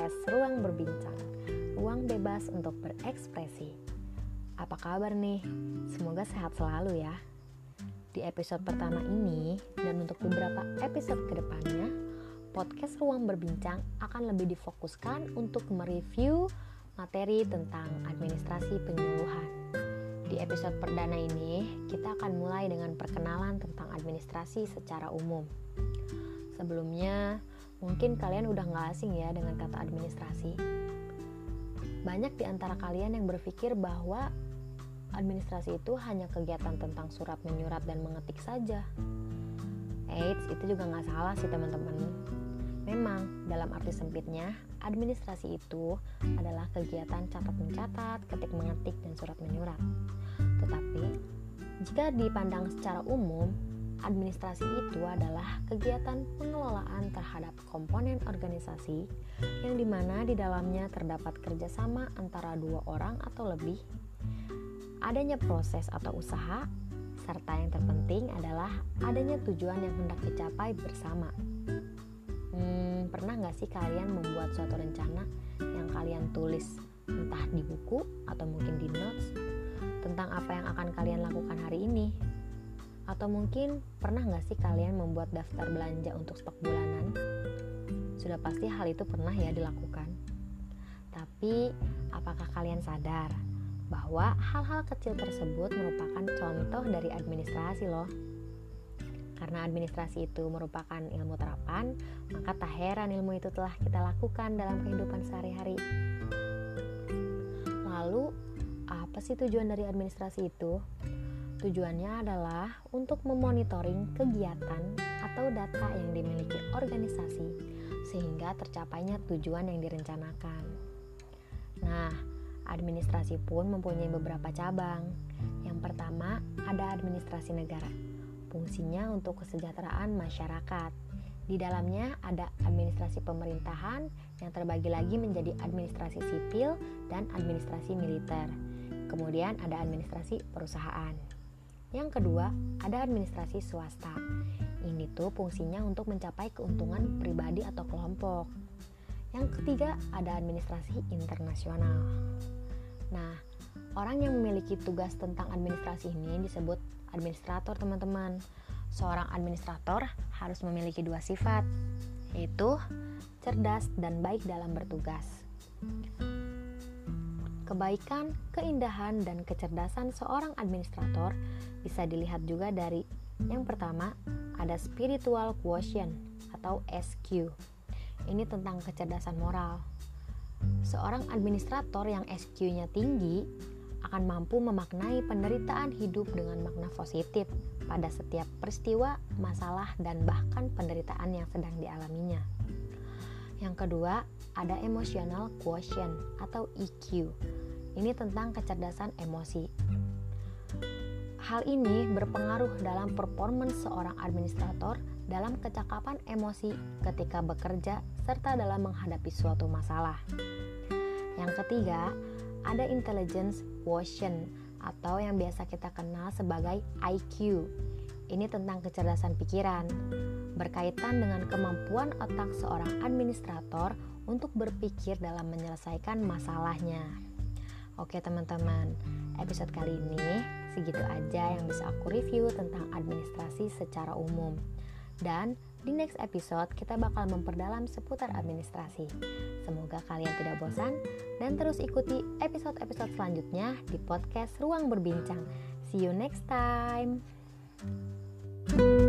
podcast Ruang Berbincang, ruang bebas untuk berekspresi. Apa kabar nih? Semoga sehat selalu ya. Di episode pertama ini dan untuk beberapa episode kedepannya, podcast Ruang Berbincang akan lebih difokuskan untuk mereview materi tentang administrasi penyuluhan. Di episode perdana ini, kita akan mulai dengan perkenalan tentang administrasi secara umum. Sebelumnya, mungkin kalian udah gak asing ya dengan kata administrasi. Banyak di antara kalian yang berpikir bahwa administrasi itu hanya kegiatan tentang surat menyurat dan mengetik saja. Eits, itu juga gak salah sih teman-teman. Memang, dalam arti sempitnya, administrasi itu adalah kegiatan catat-mencatat, ketik-mengetik, dan surat menyurat. Tetapi, jika dipandang secara umum, administrasi itu adalah kegiatan pengelolaan terhadap komponen organisasi yang dimana di dalamnya terdapat kerjasama antara dua orang atau lebih, adanya proses atau usaha, serta yang terpenting adalah adanya tujuan yang hendak dicapai bersama. Pernah gak sih kalian membuat suatu rencana yang kalian tulis entah di buku atau mungkin di notes tentang apa yang akan kalian lakukan hari ini? Atau mungkin pernah gak sih kalian membuat daftar belanja untuk stok bulanan? Sudah pasti hal itu pernah ya dilakukan. Tapi apakah kalian sadar bahwa hal-hal kecil tersebut merupakan contoh dari administrasi loh? Karena administrasi itu merupakan ilmu terapan, maka tak heran ilmu itu telah kita lakukan dalam kehidupan sehari-hari. Lalu, apa sih tujuan dari administrasi itu? Tujuannya adalah untuk memonitoring kegiatan atau data yang dimiliki organisasi sehingga tercapainya tujuan yang direncanakan. Nah, administrasi pun mempunyai beberapa cabang. Yang pertama, ada administrasi negara. Fungsinya untuk kesejahteraan masyarakat. Di dalamnya ada administrasi pemerintahan yang terbagi lagi menjadi administrasi sipil dan administrasi militer. Kemudian ada administrasi perusahaan. Yang kedua, ada administrasi swasta. Ini tuh fungsinya untuk mencapai keuntungan pribadi atau kelompok. Yang ketiga, ada administrasi internasional. Nah, orang yang memiliki tugas tentang administrasi ini disebut administrator, teman-teman. Seorang administrator harus memiliki dua sifat, yaitu cerdas dan baik dalam bertugas. Kebaikan, keindahan, dan kecerdasan seorang administrator bisa dilihat juga dari yang pertama, ada spiritual quotient atau SQ. Ini tentang kecerdasan moral. Seorang administrator yang SQ-nya tinggi akan mampu memaknai penderitaan hidup dengan makna positif pada setiap peristiwa, masalah, dan bahkan penderitaan yang sedang dialaminya. Yang kedua, ada emotional quotient atau EQ. Ini tentang kecerdasan emosi. Hal ini berpengaruh dalam performance seorang administrator dalam kecakapan emosi ketika bekerja serta dalam menghadapi suatu masalah. Yang ketiga, ada intelligence quotient atau yang biasa kita kenal sebagai IQ. Ini tentang kecerdasan pikiran, berkaitan dengan kemampuan otak seorang administrator untuk berpikir dalam menyelesaikan masalahnya. Oke teman-teman, episode kali ini segitu aja yang bisa aku review tentang administrasi secara umum. Dan di next episode kita bakal memperdalam seputar administrasi. Semoga kalian tidak bosan dan terus ikuti episode-episode selanjutnya di podcast Ruang Berbincang. See you next time.